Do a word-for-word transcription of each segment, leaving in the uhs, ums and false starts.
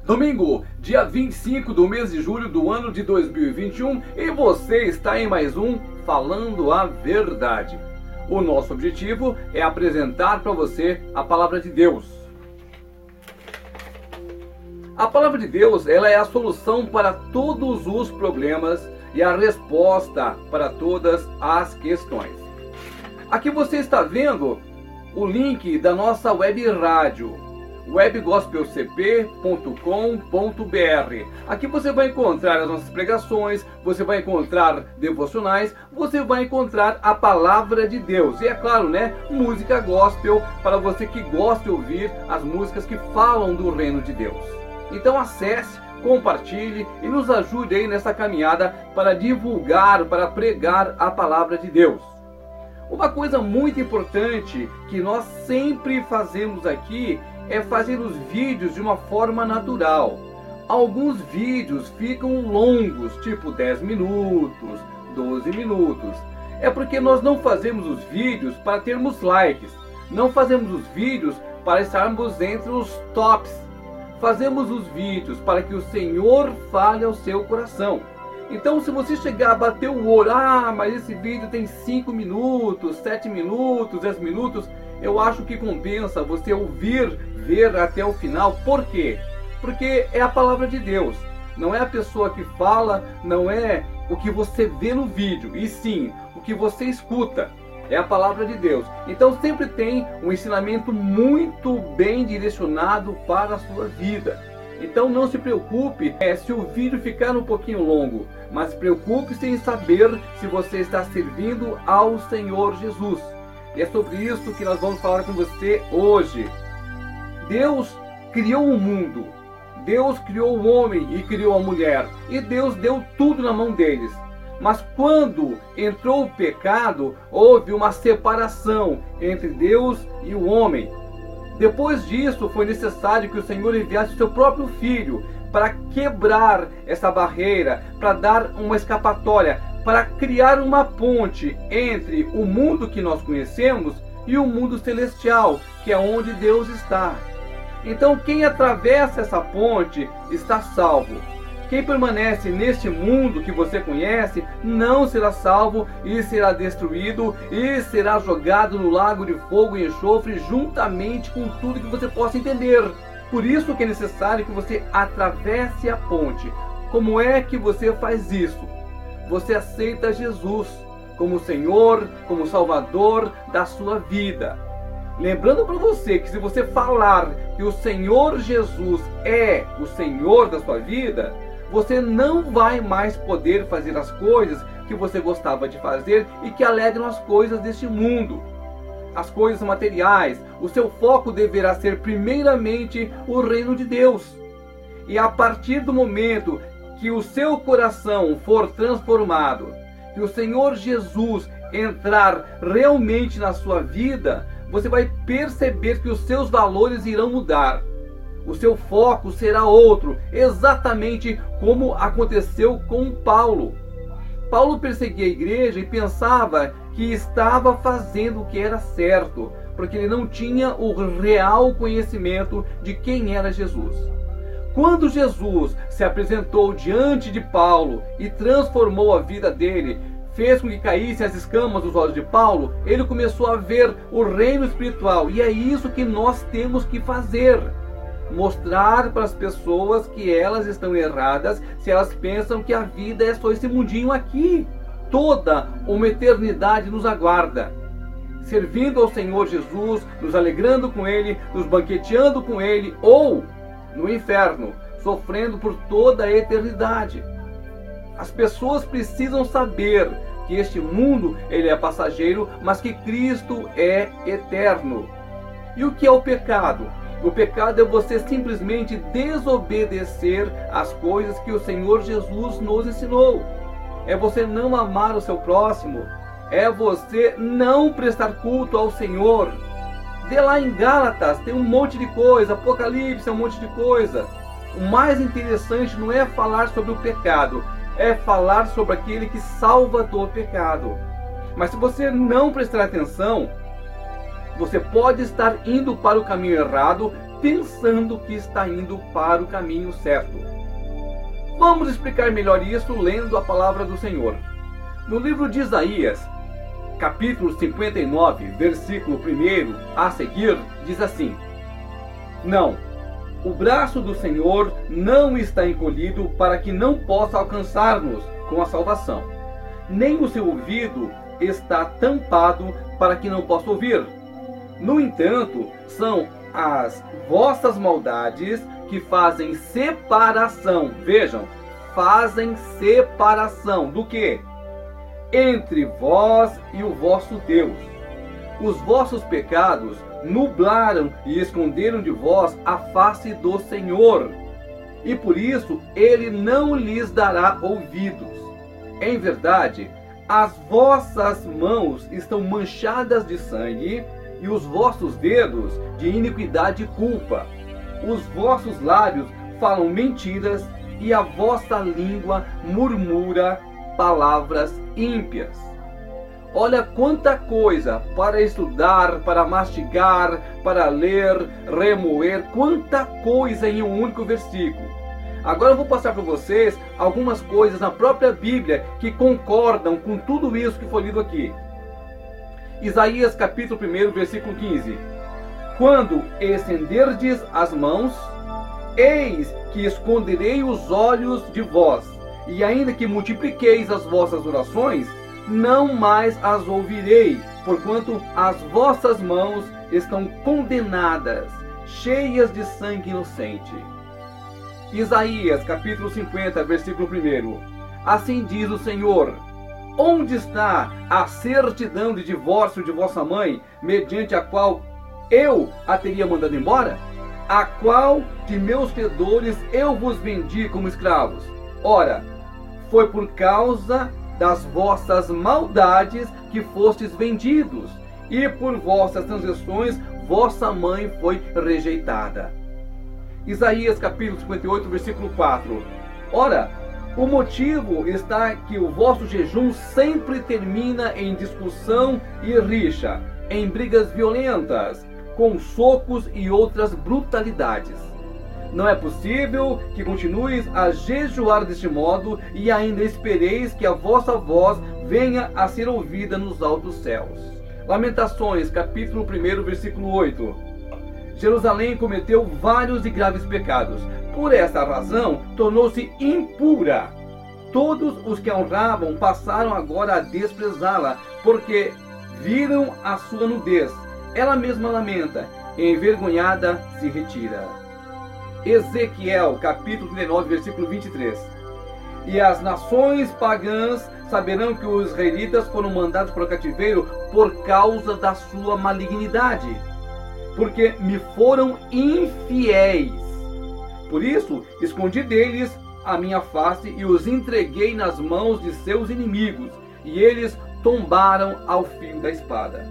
Domingo, dia vinte e cinco do mês de julho do ano de dois mil e vinte e um, e você está em mais um Falando a Verdade. O nosso objetivo é apresentar para você a Palavra de Deus. A Palavra de Deus, ela é a solução para todos os problemas e a resposta para todas as questões. Aqui você está vendo o link da nossa web rádio, web gospel c p ponto com ponto b r. Aqui você vai encontrar as nossas pregações, você vai encontrar devocionais, você vai encontrar a Palavra de Deus. E é claro, né, música gospel para você que gosta de ouvir as músicas que falam do reino de Deus. Então acesse, compartilhe e nos ajude aí nessa caminhada para divulgar, para pregar a Palavra de Deus. Uma coisa muito importante que nós sempre fazemos aqui é fazer os vídeos de uma forma natural. Alguns vídeos ficam longos, tipo dez minutos, doze minutos. É porque nós não fazemos os vídeos para termos likes. Não fazemos os vídeos para estarmos entre os tops. Fazemos os vídeos para que o Senhor fale ao seu coração. Então, se você chegar a bater o olho, ah, mas esse vídeo tem cinco minutos, sete minutos, dez minutos, eu acho que compensa você ouvir, ver até o final. Por quê? Porque é a Palavra de Deus. Não é a pessoa que fala, não é o que você vê no vídeo, e sim o que você escuta. É a Palavra de Deus. Então sempre tem um ensinamento muito bem direcionado para a sua vida. Então não se preocupe é, se o vídeo ficar um pouquinho longo, mas preocupe-se em saber se você está servindo ao Senhor Jesus. E é sobre isso que nós vamos falar com você hoje. Deus criou o mundo, Deus criou o homem e criou a mulher, e Deus deu tudo na mão deles. Mas quando entrou o pecado, houve uma separação entre Deus e o homem. Depois disso, foi necessário que o Senhor enviasse o seu próprio Filho para quebrar essa barreira, para dar uma escapatória, para criar uma ponte entre o mundo que nós conhecemos e o mundo celestial, que é onde Deus está. Então, quem atravessa essa ponte está salvo. Quem permanece neste mundo que você conhece não será salvo e será destruído e será jogado no lago de fogo e enxofre juntamente com tudo que você possa entender. Por isso que é necessário que você atravesse a ponte. Como é que você faz isso? Você aceita Jesus como Senhor, como Salvador da sua vida. Lembrando para você que se você falar que o Senhor Jesus é o Senhor da sua vida, você não vai mais poder fazer as coisas que você gostava de fazer e que alegram as coisas deste mundo, as coisas materiais. O seu foco deverá ser primeiramente o reino de Deus. E a partir do momento que o seu coração for transformado, que o Senhor Jesus entrar realmente na sua vida, você vai perceber que os seus valores irão mudar. O seu foco será outro, exatamente como aconteceu com Paulo. Paulo perseguia a igreja e pensava que estava fazendo o que era certo, porque ele não tinha o real conhecimento de quem era Jesus. Quando Jesus se apresentou diante de Paulo e transformou a vida dele, fez com que caíssem as escamas dos olhos de Paulo, ele começou a ver o reino espiritual. E é isso que nós temos que fazer. Mostrar para as pessoas que elas estão erradas se elas pensam que a vida é só esse mundinho aqui. Toda uma eternidade nos aguarda, servindo ao Senhor Jesus, nos alegrando com Ele, nos banqueteando com Ele, ou no inferno, sofrendo por toda a eternidade. As pessoas precisam saber que este mundo ele é passageiro, mas que Cristo é eterno. E o que é o pecado? O pecado é você simplesmente desobedecer às coisas que o Senhor Jesus nos ensinou. É você não amar o seu próximo. É você não prestar culto ao Senhor. Vê lá em Gálatas, tem um monte de coisa. Apocalipse é um monte de coisa. O mais interessante não é falar sobre o pecado, é falar sobre aquele que salva do pecado. Mas se você não prestar atenção, você pode estar indo para o caminho errado, pensando que está indo para o caminho certo. Vamos explicar melhor isso lendo a palavra do Senhor. No livro de Isaías, capítulo cinquenta e nove, versículo um a seguir, diz assim: Não, o braço do Senhor não está encolhido para que não possa alcançar-nos com a salvação, nem o seu ouvido está tampado para que não possa ouvir. No entanto, são as vossas maldades que fazem separação, vejam, fazem separação do quê? Entre vós e o vosso Deus. Os vossos pecados nublaram e esconderam de vós a face do Senhor, e por isso ele não lhes dará ouvidos. Em verdade, as vossas mãos estão manchadas de sangue, e os vossos dedos de iniquidade e culpa. Os vossos lábios falam mentiras, e a vossa língua murmura palavras ímpias. Olha quanta coisa para estudar, para mastigar, para ler, remoer, quanta coisa em um único versículo. Agora eu vou passar para vocês algumas coisas na própria Bíblia que concordam com tudo isso que foi lido aqui. Isaías capítulo um, versículo quinze. Quando estenderdes as mãos, eis que esconderei os olhos de vós, e ainda que multipliqueis as vossas orações, não mais as ouvirei, porquanto as vossas mãos estão condenadas, cheias de sangue inocente. Isaías capítulo cinquenta, versículo um. Assim diz o Senhor: onde está a certidão de divórcio de vossa mãe, mediante a qual eu a teria mandado embora? A qual de meus credores eu vos vendi como escravos? Ora, foi por causa das vossas maldades que fostes vendidos, e por vossas transgressões vossa mãe foi rejeitada. Isaías capítulo cinquenta e oito, versículo quatro. Ora, o motivo está que o vosso jejum sempre termina em discussão e rixa, em brigas violentas, com socos e outras brutalidades. Não é possível que continueis a jejuar deste modo e ainda espereis que a vossa voz venha a ser ouvida nos altos céus. Lamentações, capítulo um, versículo oito. Jerusalém cometeu vários e graves pecados. Por essa razão, tornou-se impura. Todos os que a honravam passaram agora a desprezá-la, porque viram a sua nudez. Ela mesma lamenta, e envergonhada se retira. Ezequiel, capítulo trinta e nove, versículo vinte e três. E as nações pagãs saberão que os israelitas foram mandados para o cativeiro por causa da sua malignidade, porque me foram infiéis. Por isso, escondi deles a minha face e os entreguei nas mãos de seus inimigos, e eles tombaram ao fio da espada.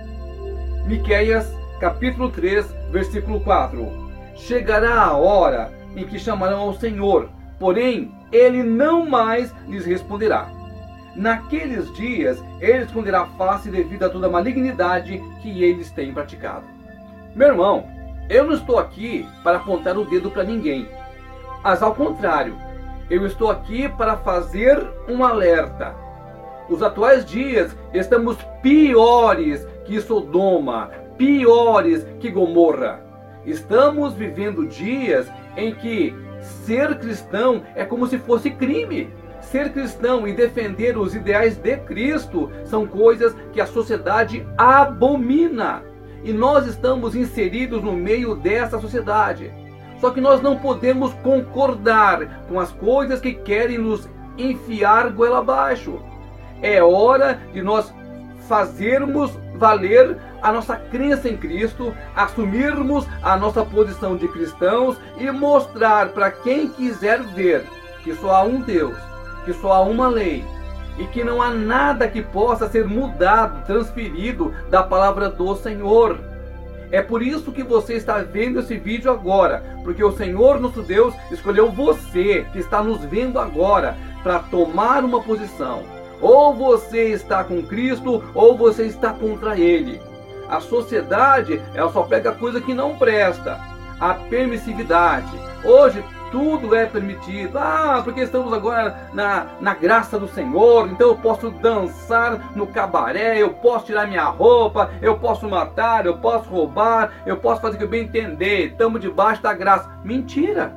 Miqueias, capítulo três, versículo quatro. Chegará a hora em que chamarão ao Senhor, porém ele não mais lhes responderá. Naqueles dias ele esconderá a face devido a toda a malignidade que eles têm praticado. Meu irmão, eu não estou aqui para apontar o dedo para ninguém, mas ao contrário, eu estou aqui para fazer um alerta. Os atuais dias estamos piores que Sodoma, piores que Gomorra. Estamos vivendo dias em que ser cristão é como se fosse crime. Ser cristão e defender os ideais de Cristo são coisas que a sociedade abomina. E nós estamos inseridos no meio dessa sociedade. Só que nós não podemos concordar com as coisas que querem nos enfiar goela abaixo. É hora de nós fazermos valer a nossa crença em Cristo, assumirmos a nossa posição de cristãos e mostrar para quem quiser ver que só há um Deus, que só há uma lei e que não há nada que possa ser mudado, transferido da palavra do Senhor. É por isso que você está vendo esse vídeo agora, porque o Senhor nosso Deus escolheu você que está nos vendo agora para tomar uma posição. Ou você está com Cristo ou você está contra Ele. A sociedade, ela só pega coisa que não presta. a permissividade. Hoje tudo é permitido. Ah, porque estamos agora na, na graça do Senhor, então eu posso dançar no cabaré, eu posso tirar minha roupa, eu posso matar, eu posso roubar, eu posso fazer o que eu bem entender. Estamos debaixo da graça. Mentira!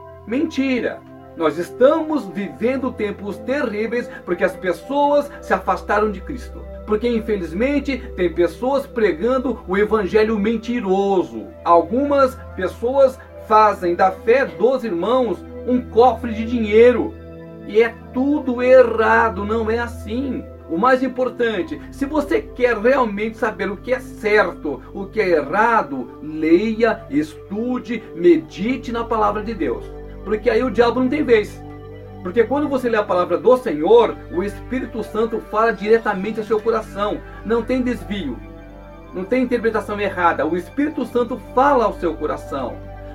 Mentira! Nós estamos vivendo tempos terríveis porque as pessoas se afastaram de Cristo. Porque infelizmente tem pessoas pregando o evangelho mentiroso. Algumas pessoas fazem da fé dos irmãos um cofre de dinheiro. E é tudo errado, não é assim. O mais importante, se você quer realmente saber o que é certo, o que é errado, leia, estude, medite na palavra de Deus. Porque aí o diabo não tem vez. Porque quando você lê a palavra do Senhor, o Espírito Santo fala diretamente ao seu coração. Não tem desvio, não tem interpretação errada. O Espírito Santo fala ao seu coração.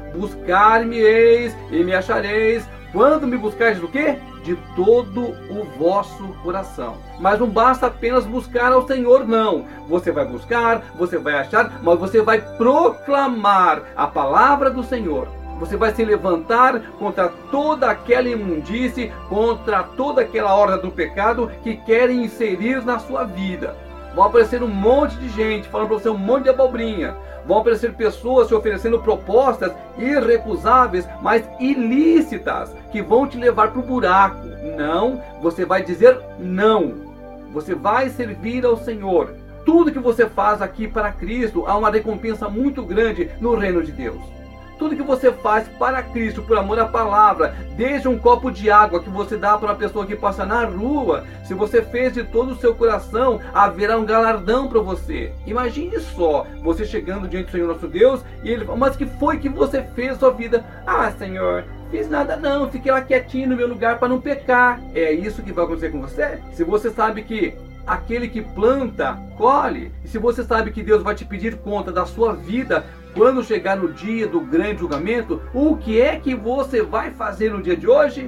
Buscar-me-eis e me achareis, quando me buscares do quê? De todo o vosso coração. Mas não basta apenas buscar ao Senhor, não. Você vai buscar, você vai achar, mas você vai proclamar a palavra do Senhor. Você vai se levantar contra toda aquela imundície, contra toda aquela horda do pecado que querem inserir na sua vida. Vão aparecer um monte de gente falando para você um monte de abobrinha. Vão aparecer pessoas te oferecendo propostas irrecusáveis, mas ilícitas, que vão te levar para o buraco. Não, você vai dizer não. Você vai servir ao Senhor. Tudo que você faz aqui para Cristo, há uma recompensa muito grande no reino de Deus. Tudo que você faz para Cristo, por amor à palavra, desde um copo de água que você dá para uma pessoa que passa na rua, se você fez de todo o seu coração, haverá um galardão para você. Imagine só, você chegando diante do Senhor nosso Deus, e Ele fala, mas que foi que você fez na sua vida? Ah, Senhor, fiz nada não, fiquei lá quietinho no meu lugar para não pecar. É isso que vai acontecer com você? Se você sabe que aquele que planta, colhe, e se você sabe que Deus vai te pedir conta da sua vida, quando chegar no dia do grande julgamento, o que é que você vai fazer no dia de hoje?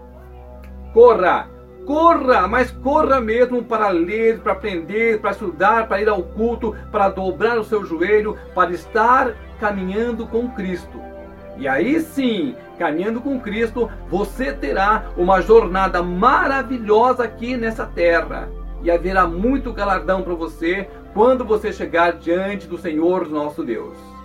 Corra! Corra! Mas corra mesmo para ler, para aprender, para estudar, para ir ao culto, para dobrar o seu joelho, para estar caminhando com Cristo. E aí sim, caminhando com Cristo, você terá uma jornada maravilhosa aqui nessa terra. E haverá muito galardão para você quando você chegar diante do Senhor nosso Deus.